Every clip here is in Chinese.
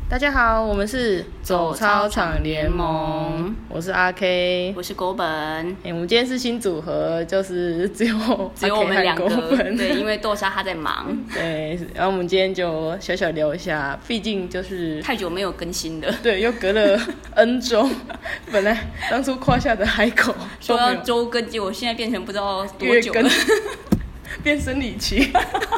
大家好，我们是走操场联盟，我是阿 K， 我是狗本。 我们今天是新组合，就是只有我们两个，对，因为豆沙他在忙。 对，然后我们今天就小小聊一下，毕竟就是太久没有更新了， 对，又隔了 N 周。本来当初夸下的海口说要周更，结果现在变成不知道多久了， 变生理期。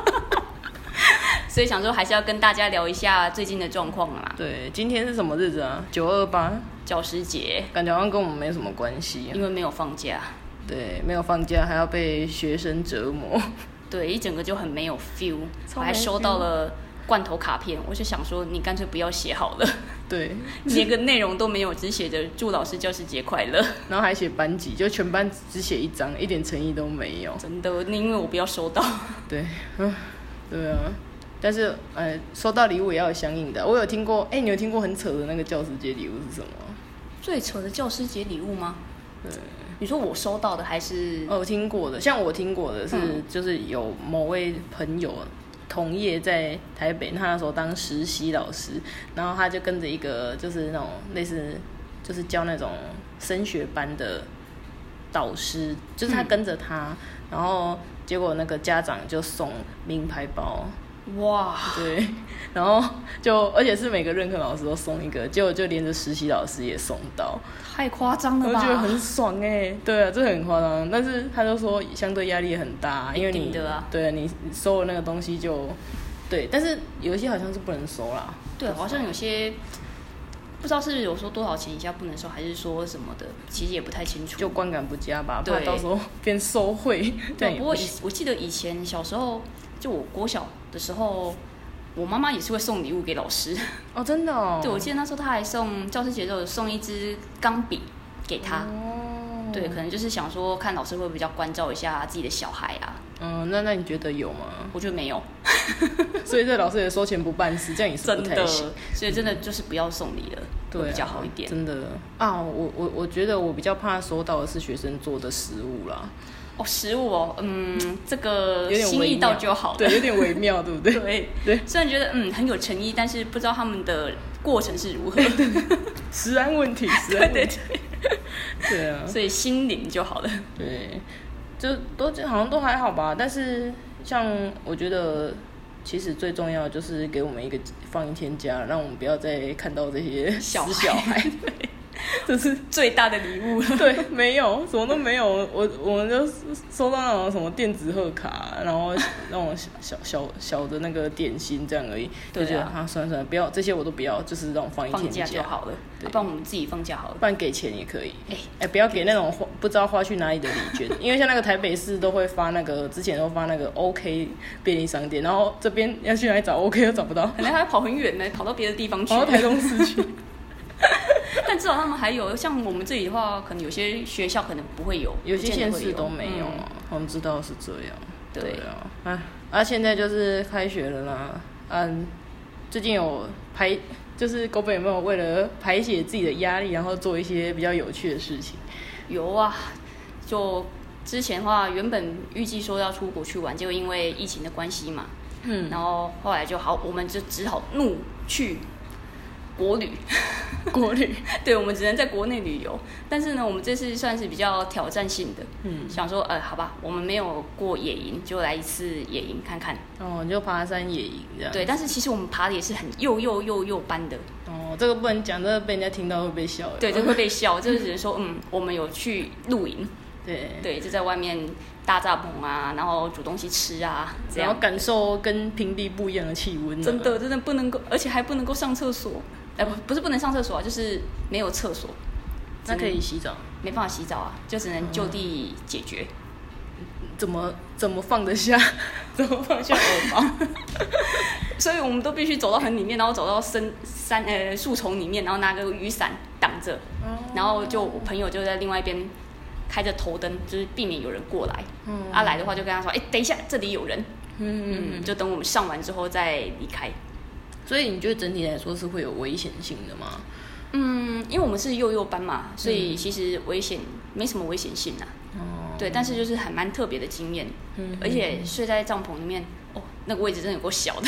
所以想说还是要跟大家聊一下最近的状况啦。 对，今天是什么日子啊？928 教师节，感觉好像跟我们没什么关系， 因为没有放假。 对，没有放假还要被学生折磨。 对，一整个就很没有 feel。我还收到了罐头卡片，我就想说你干脆不要写好了。 对， 连个内容都没有，只写着祝老师教师节快乐， 然后还写班级，就全班只写一张，一点诚意都没有。 真的，因为我不要收到。 对，对啊。但是，收到礼物也要有相应的。我有听过，你有听过很扯的那个教师节礼物是什么？ 最扯的教师节礼物吗？ 对， 你说我收到的还是？ 我听过的，像我听过的是，就是有某位朋友同业在台北，他那时候当实习老师，然后他就跟着一个就是那种类似就是教那种升学班的导师，就是他跟着他，然后结果那个家长就送名牌包。 哇， 对，然后而且是每个任课老师都送一个，结果就连着实习老师也送到， 太夸张了吧？ 我觉得很爽对啊，这很夸张，但是他就说相对压力也很大，因为你对你收了那个东西就对，但是有一些好像是不能收啦， 对，好像有些不知道是有说多少钱以下不能收，还是说什么的，其实也不太清楚， 就观感不佳吧，怕到时候变受贿。 对，不过我记得以前小时候，就我国小的时候，我妈妈也是会送礼物给老师。 哦，真的哦。对， 我记得那时候她还送教师节的时候送一支钢笔给他。哦。对，可能就是想说看老师会比较关照一下自己的小孩啊。 那你觉得有吗？ 我觉得没有。 所以这老师也收钱不办事，这样也是不太行。 真的，所以真的就是不要送礼了，对，比较好一点。 真的啊，我觉得我比较怕收到的是学生做的食物啦。 食物这个心意到就好了， 对，有点微妙，对不对？ 对，虽然觉得很有诚意，但是不知道他们的过程是如何。 食安问题，对啊， 所以心灵就好了。 对，就好像都还好吧，但是像我觉得，其实最重要的就是给我们放一天假，让我们不要再看到这些小孩。这是最大的礼物了。 对，没有，什么都没有。我们就收到那种什么电子贺卡，然后那种小的那个点心这样而已。对啊。就觉得算了，不要这些我都不要，就是让我放一天假就好了。不然我们自己放假好了。 不然给钱也可以。不要给那种不知道花去哪里的礼券，因为像那个台北市都会发那个，之前都发那个 OK 便利商店，然后这边要去哪里找 OK 都找不到， 可能还要跑很远呢，跑到别的地方去， 跑到台中市去。 但至少他们还有，像我们这里的话，可能有些学校可能不会有， 有些县市都没有啊。我们知道是这样。对啊，现在就是开学了啦。最近有就是狗本有没有为了排解自己的压力，然后做一些比较有趣的事情？ 有啊，就之前的话，原本预计说要出国去玩，结果因为疫情的关系嘛，然后后来就好，我们就只好怒去国旅，对，我们只能在国内旅游。但是呢，我们这次算是比较挑战性的，想说，好吧，我们没有过野营，就来一次野营看看。 你就爬山野营这样。 对，但是其实我们爬的也是很幼班的。 这个不能讲，这个被人家听到会被笑。 对，这会被笑，就是只能说，我们有去露营。对，就在外面搭帐篷啊，然后煮东西吃啊，这样， 然后感受跟平地不一样的气温。 真的不能够，而且还不能够上厕所。不是不能上厕所啊，就是没有厕所。 那可以洗澡？ 没办法洗澡啊，就只能就地解决。 怎么放得下？怎么放下耳包？ 所以我们都必须走到很里面，然后走到树丛里面，然后拿个雨伞挡着，然后我朋友就在另外一边开着头灯，就是避免有人过来。来的话就跟他说，等一下，这里有人。就等我们上完之后再离开。所以你觉得整体来说是会有危险性的吗？ 因为我们是幼班嘛，所以其实没什么危险性啊。对，但是就是还蛮特别的经验。而且睡在帐篷里面，那个位置真的有够小的。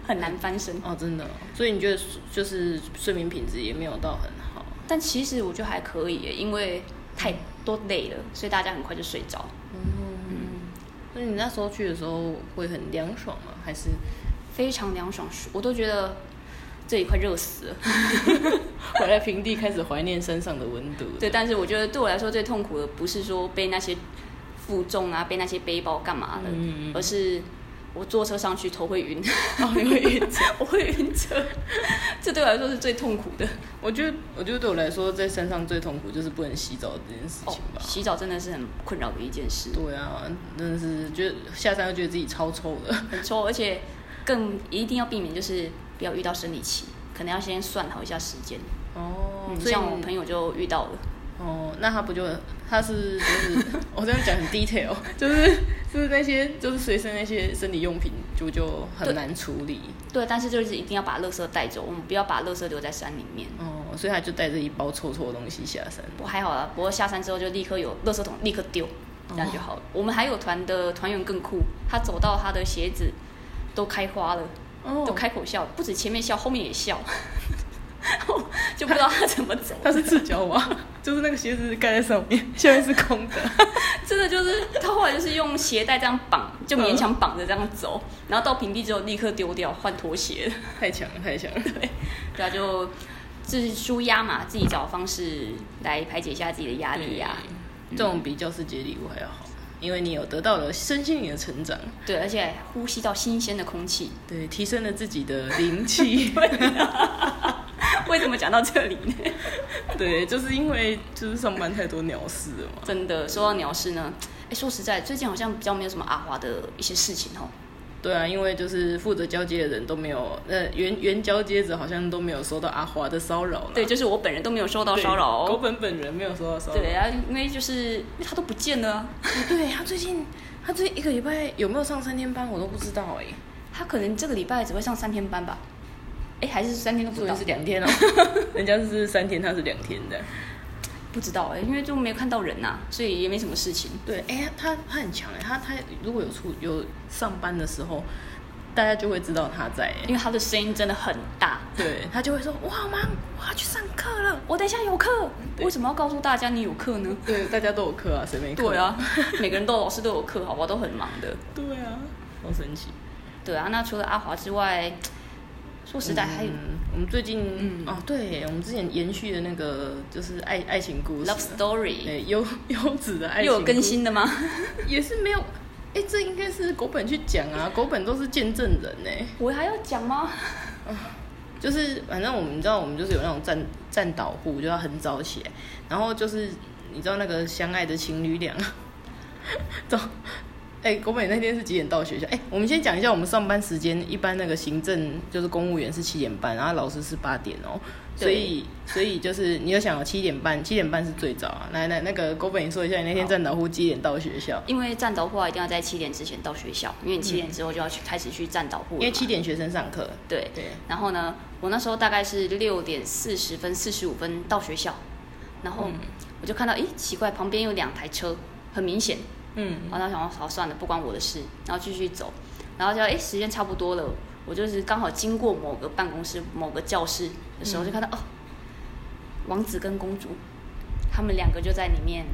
很难翻身。 哦，真的，所以你觉得就是睡眠品质也没有到很好？ 但其实我觉得还可以耶，因为太多累了，所以大家很快就睡着。 所以你那时候去的时候会很凉爽吗？还是非常凉爽？我都觉得这里快热死了。 回来平地开始怀念山上的温度。 对，但是我觉得对我来说最痛苦的不是说背那些负重啊，背那些背包干嘛的，而是我坐车上去头会晕。 你会晕车？ 我会晕车，这对我来说是最痛苦的。 我觉得对我来说，在山上最痛苦就是不能洗澡这件事情吧。 洗澡真的是很困扰的一件事。 对啊，真的是觉得下山就觉得自己超臭的， 很臭，而且更一定要避免就是不要遇到生理期，可能要先算好一下时间。像我朋友就遇到了。 那他不就是我这样讲很 detail， 就是那些就是随身那些生理用品就很难处理。 对，但是就是一定要把垃圾带走，我们不要把垃圾留在山里面。 所以他就带着一包臭的东西下山。 我还好啦，不过下山之后就立刻有垃圾桶，立刻丢，这样就好了。我们还有团员更酷，他走到他的鞋子都开花了，都开口笑，不止前面笑，后面也笑。就不知道他怎么走。 他是赤脚吗？就是那个鞋子盖在上面，下面是空的。 真的就是他后来就是用鞋带这样绑，就勉强绑着这样走，然后到平地之后立刻丢掉，换拖鞋。 太强了。 对啊，就自己舒压嘛，自己找方式来排解一下自己的压力啊。 这种比教师节礼物还要好，因为你有得到了身心灵的成长。 对，而且呼吸到新鲜的空气。 对，提升了自己的灵气。 为什么讲到这里呢？ 对，就是因为就是上班太多鸟事了嘛。 真的，说到鸟事呢，说实在，最近好像比较没有什么阿华的一些事情哦。 对啊，因为就是负责交接的人都没有，原交接者好像都没有收到阿华的骚扰了。 对，就是我本人都没有收到骚扰。 狗本人没有收到骚扰。 对啊，因为他都不见了啊。 对，他最近一个礼拜有没有上3天班我都不知道哎。 他可能这个礼拜只会上3天班吧。还是3天都不到， 是2天哦。人家是3天，他是2天的， 不知道因为就没有看到人呐，所以也没什么事情。 对，他很强他如果有上班的时候，大家就会知道他在， 因为他的声音真的很大。 对，他就会说哇妈，我要去上课了， 我等一下有课。为什么要告诉大家你有课呢？ 对，大家都有课啊，谁没课？ 对啊，每个人老师都有课，好吧，都很忙的。 对啊，好神奇。 对啊，那除了阿华之外。说实在，还有我们最近对，我们之前延续的那个就是爱情故事 ，love story， 对，优质的爱情故事， 又有更新的吗？ 也是没有，这应该是狗本去讲啊，狗本都是见证人呢。 我还要讲吗？ 就是反正你知道，我们就是有那种站导户，就要很早起来，然后就是你知道那个相爱的情侣俩，走。狗本那天是几点到学校？我们先讲一下我们上班时间，一般那个行政就是公务员是7点半，然后老师是8点哦。所以就是你有想7点半是最早啊。来，那个狗本你说一下，你那天站导户几点到学校？ 因为站导户一定要在7点之前到学校，因为你7点之后就要开始去站导户。 因为7点学生上课。 对。然后呢，我那时候大概是6点40分、45分到学校，然后我就看到，奇怪，旁边有2台车，很明显。然后想说好算了，不关我的事，然后继续走，然后就时间差不多了，我就是刚好经过某个办公室、某个教室的时候，就看到王子跟公主，他们2个就在里面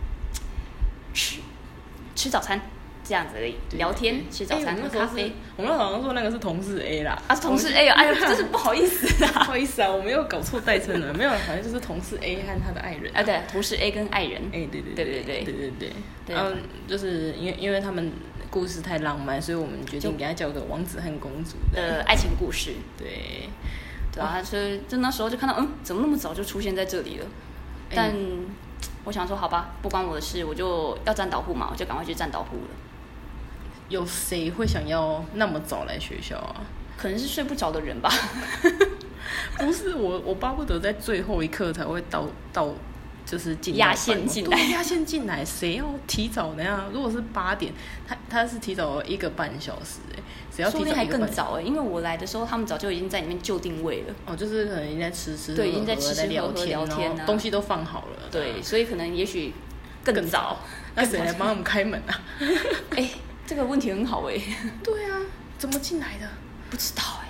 吃早餐，这样子而已，聊天、吃早餐、喝咖啡。 我们好像说那个是同事 A 啦， 同事 A 哎呦，真是不好意思啊， 不好意思啊，我没有搞错代称了，没有，好像就是同事 A 和他的爱人。 对，同事 A 跟爱人。 对。然后就是因为他们故事太浪漫，所以我们决定给他叫个王子和公主的爱情故事。 对啊，所以就那时候就看到，怎么那么早就出现在这里了？但我想说，好吧，不关我的事，我就要站导户嘛，我就赶快去站导户了。 有谁会想要那么早来学校啊？ 可能是睡不着的人吧。 不是我巴不得在最后一刻才会到就是压线进来， 压线进来，谁要提早的呀？如果是8点，他是提早1个半小时谁要提早1个半小时？说不定还更早因为我来的时候，他们早就已经在里面就定位了。 就是可能已经在吃， 对，已经在吃聊天啊， 东西都放好了。 对，所以可能也许更早。 那谁来帮他们开门啊？ 这个问题很好对啊，怎么进来的？ 不知道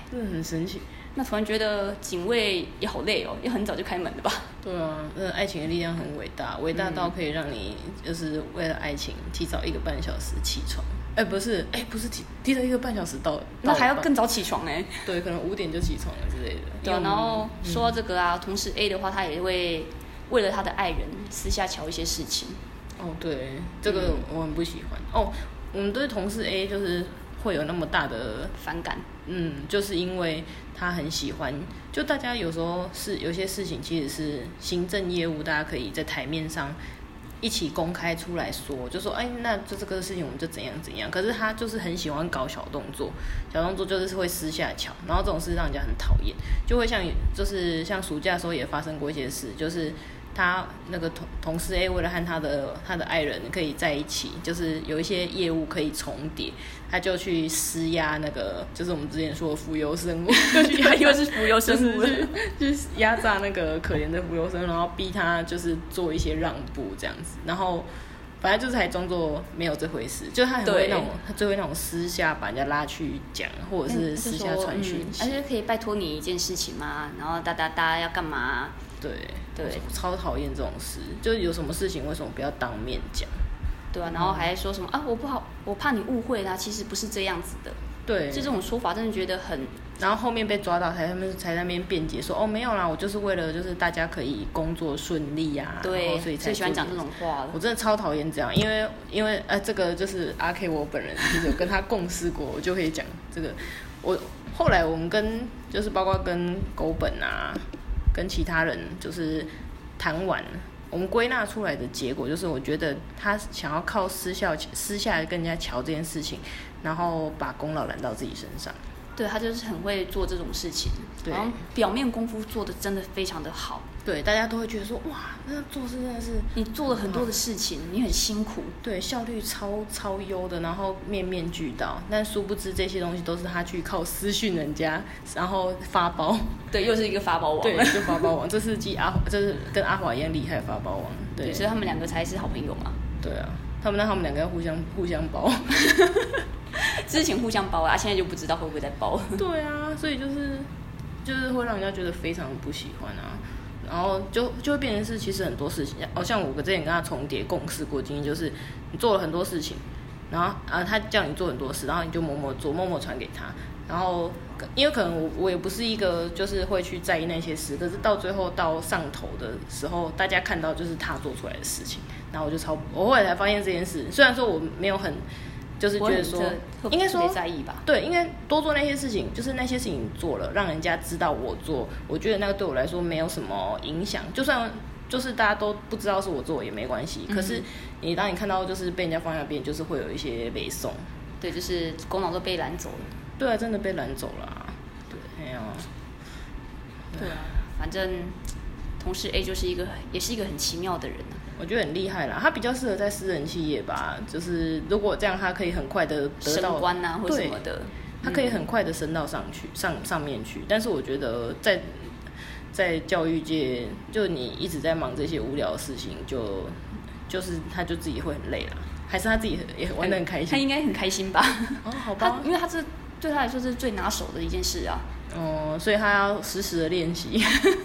真的很神奇。 那突然觉得警卫也好累哦，也很早就开门了吧？ 对啊，那爱情的力量很伟大，伟大到可以让你就是为了爱情提早1个半小时起床。不是提早1个半小时到， 那还要更早起床哎。 对，可能5点就起床了之类的。 对，然后说到这个啊，同事 A 的话，他也会为了他的爱人私下瞧一些事情。 哦，对，这个我很不喜欢。哦，我们对同事 A 就是会有那么大的反感。 就是因为他很喜欢，就大家有时候是有些事情其实是行政业务，大家可以在台面上一起公开出来说，就说那就这个事情我们就怎样怎样。可是他就是很喜欢搞小动作，小动作就是会私下瞧，然后这种事让人家很讨厌，就会像暑假的时候也发生过一些事，就是他那个同事 A 为了和他的爱人可以在一起，就是有一些业务可以重叠，他就去施压那个，就是我们之前说的浮游生物， 又是浮游生物， 去压榨那个可怜的浮游生，然后逼他就是做一些让步这样子，然后反正就是还装作没有这回事，就他很会那种，他最会那种私下把人家拉去讲，或者是私下传讯息， 而且可以拜托你一件事情吗？然后大家要干嘛？对， 超讨厌这种事，就是有什么事情为什么不要当面讲？ 对啊，然后还说什么我不好，我怕你误会啦，其实不是这样子的。 对， 就这种说法真的觉得很。 然后后面被抓到他们才在那边辩解说没有啦，我就是为了就是大家可以工作顺利啊， 对， 所以才最喜欢讲这种话了。 我真的超讨厌这样，因为这个就是阿 K 我本人就是有跟他共事过，我就可以讲这个。后来我们就是包括跟狗本啊，跟其他人就是谈完，我们归纳出来的结果就是，我觉得他想要靠私下跟人家瞧这件事情，然后把功劳揽到自己身上。 对，他就是很会做这种事情，然后表面功夫做的真的非常的好。 对，大家都会觉得说，哇，那做事真的是你做了很多的事情，你很辛苦， 对，效率超优的，然后面面俱到。但殊不知这些东西都是他去靠私讯人家，然后发包。 对，又是一个发包王。 对，就发包王，这是这是跟阿华一样厉害的发包王。对， 所以他们两个才是好朋友嘛。 对啊，他们两个要互相包。 之前互相包啊，现在就不知道会不会再包。 对啊，所以就是会让人家觉得非常不喜欢啊，然后就会变成是其实很多事情，像我之前跟他重叠共事过经验，就是你做了很多事情，然后他叫你做很多事，然后你就默默做，默默传给他，然后因为可能我也不是一个就是会去在意那些事，可是到最后到上头的时候，大家看到就是他做出来的事情，然后我后来才发现这件事，虽然说我没有很。就是觉得说，应该说在意吧， 对，应该多做那些事情，就是那些事情做了，让人家知道我做，我觉得那个对我来说没有什么影响，就算就是大家都不知道是我做也没关系。可是当你看到就是被人家放在那边，就是会有一些背诵， 对，就是功劳都被揽走了。 对啊，真的被揽走了啊。对， 对啊，反正同事 A 也是一个很奇妙的人啊。 我觉得很厉害啦，他比较适合在私人企业吧，就是如果这样，他可以很快的得到升官啊或什么的， 他可以很快的升到上面去。但是我觉得在教育界，就你一直在忙这些无聊的事情，就是他就自己会很累啦，还是他自己也玩得很开心？ 他应该很开心吧？ 好吧， 因为他对他来说是最拿手的一件事啊。 所以他要时时的练习。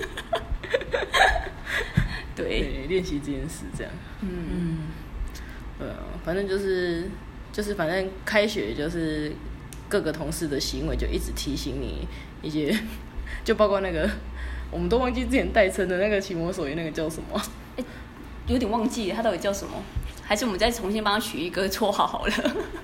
对，练习这件事这样。反正就是反正开学就是各个同事的行为就一直提醒你一些，就包括那个我们都忘记之前代称的那个奇摩索耶那个叫什么？ 有点忘记了他到底叫什么，还是我们再重新帮他取一个绰号好了？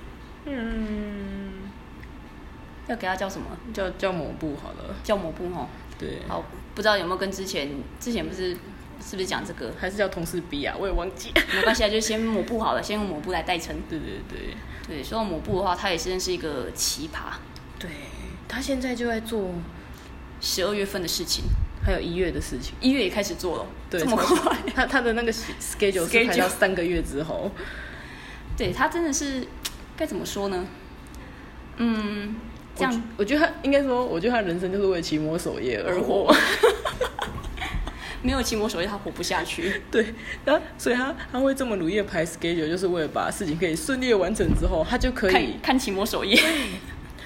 要给他叫什么？ 叫抹布好了。 叫抹布哦。 对。 好，不知道有没有跟之前不是不是讲这个？ 还是叫同事 B 啊？我也忘记。 没关系啊，就先抹布好了，先用抹布来代称。 对， 说到抹布的话，他也真是一个奇葩。 对，他现在就在做 12月份的事情， 还有1月的事情。 1月也开始做了， 对， 这么快。 他的那个 schedule 是排到3个月之后。 对，他真的是该怎么说呢？这样我觉得他应该说，我觉得他人生就是为奇摩索耶而活。 没有奇摩索耶，他活不下去。 对，然后所以他会这么努力的排 schedule， 就是为了把事情可以顺利的完成之后，他就可以看奇摩索耶。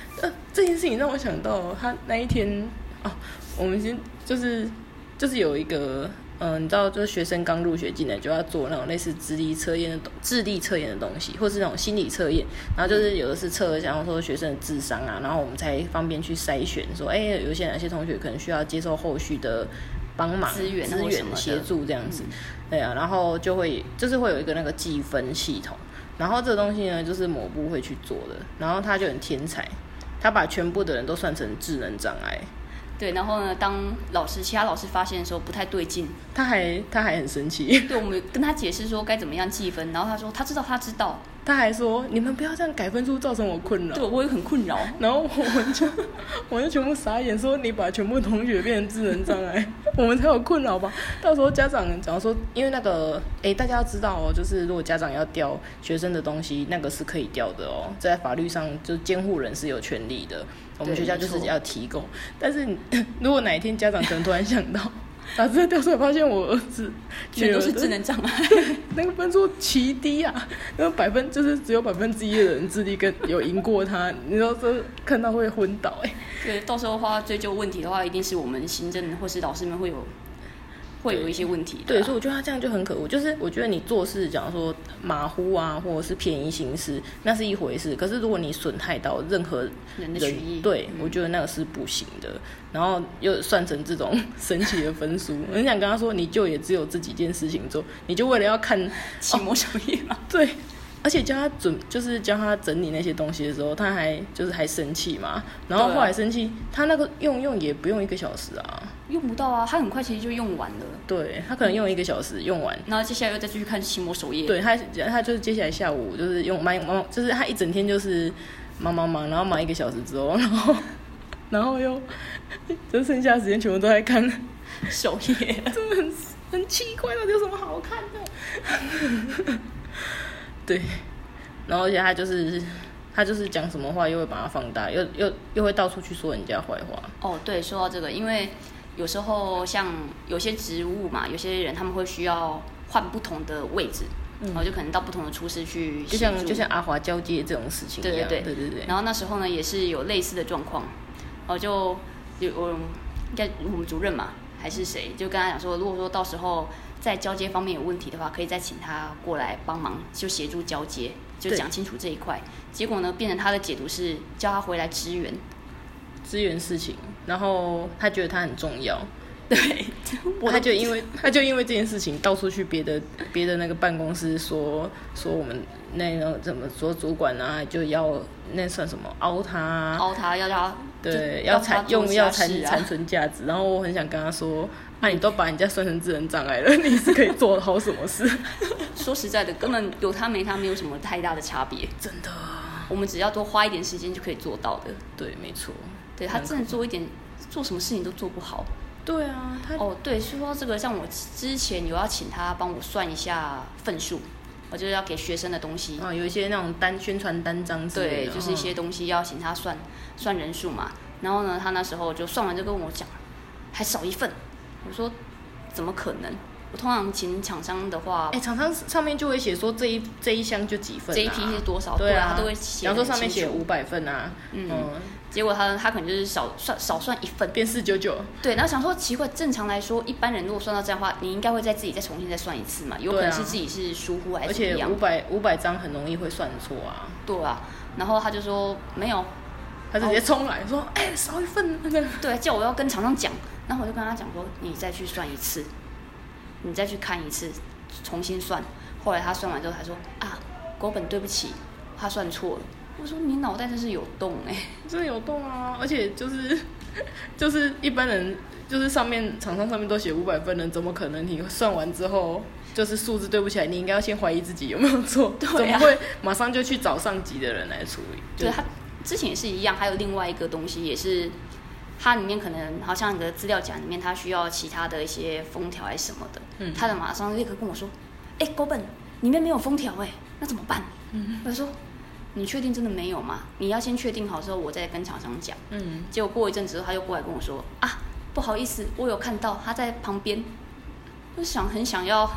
这件事情让我想到，他那一天我们先就是有一个你知道，就是学生刚入学进来就要做那种类似智力测验的东西，或是那种心理测验，然后就是有的是测像说学生的智商啊，然后我们才方便去筛选说，有些哪些同学可能需要接受后续的帮忙资源协助这样子，对啊，然后就是会有一个那个计分系统，然后这个东西呢就是某部会去做的，然后他就很天才，他把全部的人都算成智能障碍。 对，然后呢，当其他老师发现的时候不太对劲， 他还很生气。 对，我们跟他解释说该怎么样计分，然后他说他知道， 他还说你们不要这样改分数，造成我困扰。 对，我也很困扰。 然后我就全部傻眼，说你把全部同学变成智能障碍，我们才有困扰吧？到时候家长假如说，因为那个大家要知道哦，就是如果家长要调学生的东西，那个是可以调的哦，在法律上就是监护人是有权利的。我们学校就是要提供，但是如果哪一天家长可能突然想到，把这个调出来发现我儿子全都是智能障碍， 那个分数奇低啊，因为就是只有1%的人智力有赢过他，你知道这看到会昏倒对，到时候的话追究问题的话，一定是我们行政或是老师们会有一些问题的。 对，所以我觉得他这样就很可恶。就是我觉得你做事假如说马虎啊，或者是便宜行事，那是一回事。可是如果你损害到任何人的权益， 对，我觉得那个是不行的。然后又算成这种神奇的分数，我很想跟他说，你就也只有这几件事情做，你就为了要看期末作业嘛。 对。而且教他整理那些东西的时候，他还生气嘛，然后后来生气，他那个用也不用1个小时啊， 用不到啊，他很快其实就用完了。 对，他可能用1个小时用完， 然后接下来又再继续看期末首页。 对，他就是接下来下午就是就是他一整天就是忙，然后忙1个小时之后，然后又就剩下的时间全部都在看首页， 真的很奇怪，到底有什么好看的？对，然后而且他就是讲什么话又会把它放大，又会到处去说人家坏话。 哦，对，说到这个，因为有时候像有些职务嘛，有些人他们会需要换不同的位置，然后就可能到不同的厨师去协助， 就像阿华交接这种事情一样。对。 然后那时候呢，也是有类似的状况，然后就应该我们主任嘛还是谁，就跟他讲说，如果说到时候在交接方面有问题的话，可以再请他过来帮忙，就协助交接，就讲清楚这一块。结果呢，变成他的解读是叫他回来支援事情， 然后他觉得他很重要。 对， 他就因为这件事情到处去别的那个办公室说我们那个怎么说主管啊，就要那算什么凹他要他对要残存价值。然后我很想跟他说，你都把人家算成智能障碍了，你是可以做好什么事？ 说实在的，根本有他没他没有什么太大的差别， 真的。 我们只要多花一点时间就可以做到的。 对，没错。 对，他真的做什么事情都做不好。 对啊， 对，说到这个，像我之前有要请他帮我算一下份数，我就是要给学生的东西有一些那种宣传单张之类的， 对，就是一些东西要请他算人数嘛。然后呢，他那时候就算完就跟我讲，还少1份。我说怎么可能？我通常请厂商的话， 厂商上面就会写说这一箱就几份， 这一批是多少？ 对啊， 他都会写。 然后说上面写500份啊， 结果他可能就是少算1份， 变499。 对，然后想说奇怪，正常来说，一般人如果算到这样的话，你应该会自己再重新再算一次嘛，有可能是自己是疏忽还是怎么样？ 而且500张很容易会算错啊。 对啊，然后他就说没有， 他直接冲来说，少1份那个。 对，叫我要跟厂商讲，然后我就跟他讲说，你再去算一次，你再去看一次，重新算。后来他算完之后，他说狗本对不起，他算错了。我说你脑袋真是有洞真的有洞啊！而且就是一般人就是厂商上面都写500份的，怎么可能你算完之后就是数字对不起来？你应该要先怀疑自己有没有错， 对怎么会马上就去找上级的人来处理？ 对，他之前也是一样，还有另外一个东西也是，它里面可能好像你的资料夹里面它需要其他的一些封条还是什么的，他的马上立刻跟我说，狗本里面没有封条那怎么办？我说你确定真的没有吗？你要先确定好之后，我再跟厂商讲。结果过一阵子后，他又过来跟我说不好意思，我有看到他在旁边，就很想要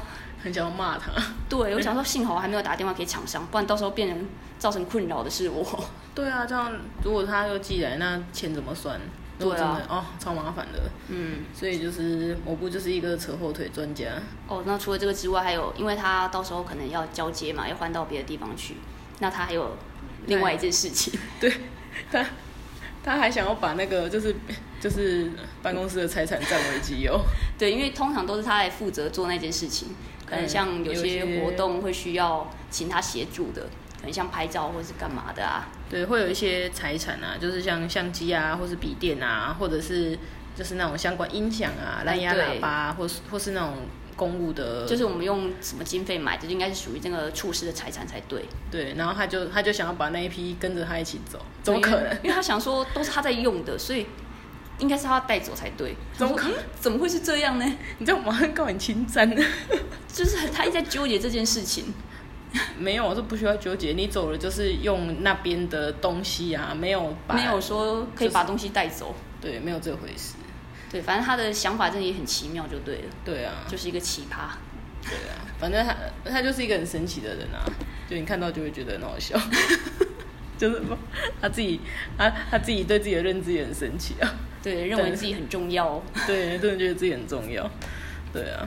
很想要骂他。 对，我想说幸好我还没有打电话给厂商，不然到时候造成困扰的是我。 对啊，这样如果他又寄来，那钱怎么算？如果真的超麻烦的。所以就是某部就是一个扯后腿专家。 那除了这个之外，还有因为他到时候可能要交接嘛，要换到别的地方去，那他还有另外一件事情。 对，他还想要把那个就是办公室的财产占为己有。 对，因为通常都是他来负责做那件事情，可能像有些活动会需要请他协助的，可能像拍照或是干嘛的啊。 对，会有一些财产啊，就是像相机啊，或是笔电啊，或者是就是那种相关音响啊、蓝牙喇叭，或是那种公务的， 就是我们用什么经费买的，就应该是属于这个厨师的财产才对。 对，然后他就想要把那一批跟着他一起走，怎么可能？ 因为他想说都是他在用的，所以应该是他带走才对。 怎么可能？ 怎么会是这样呢？ 你这样马上告你侵占。 就是他一直在纠结这件事情。 没有，这不需要纠结。你走了就是用那边的东西啊，没有说可以把东西带走。 对，没有这回事。 对，反正他的想法真的也很奇妙，就对了。对啊， 就是一个奇葩。 对啊，反正他就是一个很神奇的人啊，就你看到就会觉得很好笑。就是他自己对自己的认知也很神奇啊。 对，认为自己很重要。 对，真的觉得自己很重要。对啊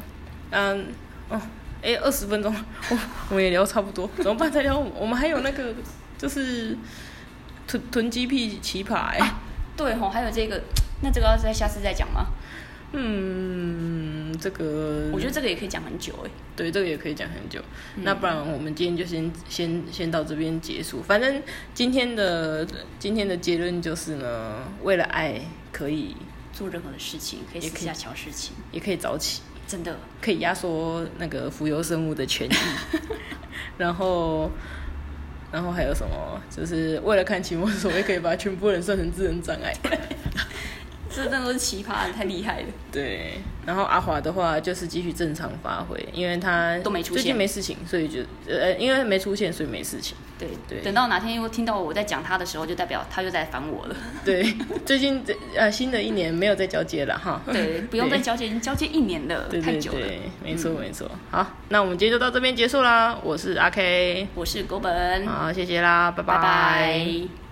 ，20分钟，我们也聊差不多，怎么办？再聊，我们还有那个就是囤积癖奇葩对吼，还有这个，那这个要在下次再讲吗？ 这个我觉得这个也可以讲很久对，这个也可以讲很久。那不然我们今天就先到这边结束。反正今天的结论就是呢，为了爱可以做任何的事情，可以私下瞧事情， 也可以早起。 真的可以压缩那个浮游生物的权益。然后还有什么？就是为了看期末所也可以把全部人算成智能障碍。 这真的都是奇葩，太厉害了。 对，然后阿华的话就是继续正常发挥，因为他都没出现， 最近没事情，所以就因为没出现，所以没事情。 对，等到哪天又听到我在讲他的时候，就代表他又在烦我了。 对，最近新的一年没有再交接了哈。 对，不用再交接，已经交接1年了，太久了。 对，没错。好，那我们今天就到这边结束啦。我是阿 K， 我是狗本。 好，谢谢啦，拜拜。